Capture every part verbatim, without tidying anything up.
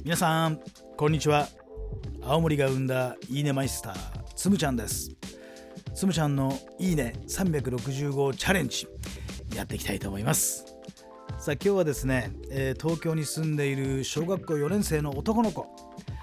皆さんこんにちは。青森が生んだいいねマイスターつむちゃんです。つむちゃんのいいねさんびゃくろくじゅうごチャレンジやっていきたいと思います。さあ今日はですね、えー、東京に住んでいる小学校よねん生の男の子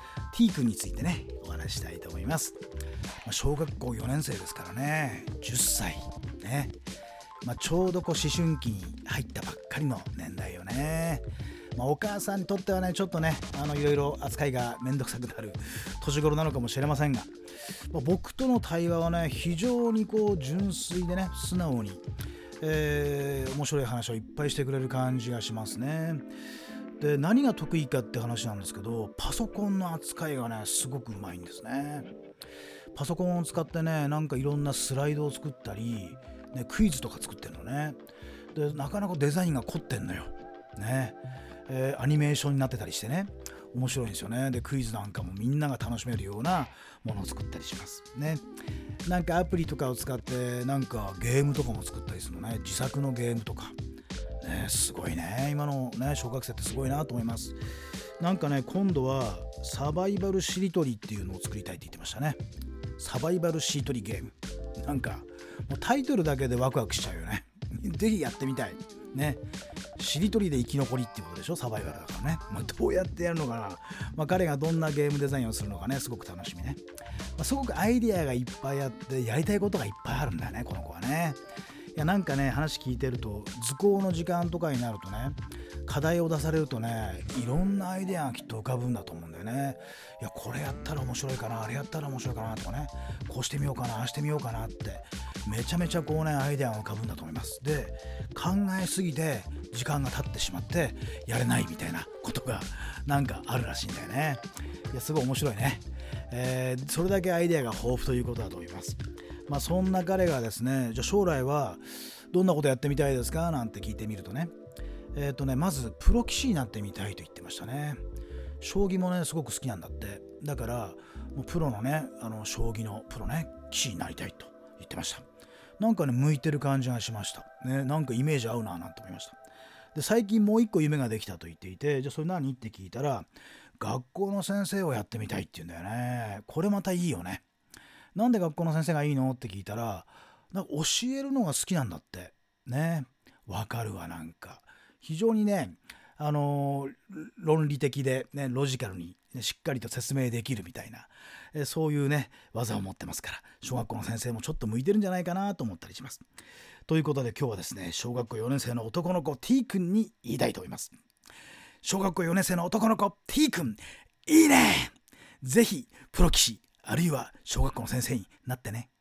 T 君についてねお話したいと思います。まあ、小学校よねん生ですからね、じゅっさいね、まあ、ちょうどこう思春期に入ったばっかりの年代よね。まあ、お母さんにとってはねちょっとねあのいろいろ扱いがめんどくさくなる年頃なのかもしれませんが、まあ、僕との対話はね非常にこう純粋でね素直に、えー、面白い話をいっぱいしてくれる感じがしますね。で何が得意かって話なんですけど、パソコンの扱いがねすごくうまいんですね。パソコンを使ってねなんかいろんなスライドを作ったり、ね、クイズとか作ってるのね。でなかなかデザインが凝ってんのよね。えー、アニメーションになってたりしてね面白いんですよね。でクイズなんかもみんなが楽しめるようなものを作ったりしますね。なんかアプリとかを使ってなんかゲームとかも作ったりするのね。自作のゲームとかね、すごいね今のね小学生ってすごいなと思います。なんかね今度はサバイバルしりとりっていうのを作りたいって言ってましたね。サバイバルしりとりゲーム、なんかもうタイトルだけでワクワクしちゃうよねぜひやってみたいね。しりとりで生き残りっていうことでしょ、サバイバルだからね。まあ、どうやってやるのかな、まあ、彼がどんなゲームデザインをするのかねすごく楽しみね。まあ、すごくアイディアがいっぱいあってやりたいことがいっぱいあるんだよねこの子はね。いやなんかね話聞いてると図工の時間とかになるとね課題を出されるとねいろんなアイデアがきっと浮かぶんだと思うんだよね。いやこれやったら面白いかな、あれやったら面白いかなとかね、こうしてみようかなああしてみようかなってめちゃめちゃこうねアイデアが浮かぶんだと思います。で考えすぎて時間が経ってしまってやれないみたいなことがなんかあるらしいんだよね。いやすごい面白いね、えー、それだけアイデアが豊富ということだと思います。まあそんな彼がですね、じゃあ将来はどんなことやってみたいですかなんて聞いてみるとね、えっとねまずプロ棋士になってみたいと言ってましたね。将棋もねすごく好きなんだって。だからもうプロのねあの将棋のプロね棋士になりたいと言ってました。なんかね向いてる感じがしましたね。なんかイメージ合うななんて思いました。で最近もう一個夢ができたと言っていて、じゃあそれ何って聞いたら学校の先生をやってみたいって言うんだよね。これまたいいよね。なんで学校の先生がいいのって聞いたら、なんか教えるのが好きなんだってね。わかるわ。なんか非常にねあのー、論理的で、ね、ロジカルに、ね、しっかりと説明できるみたいな、えそういうね技を持ってますから小学校の先生もちょっと向いてるんじゃないかなと思ったりします。ということで今日はですね小学校よねん生の男の子 T 君に言いたいと思います。小学校よねん生の男の子 T 君いいね。ぜひプロ棋士あるいは小学校の先生になってね。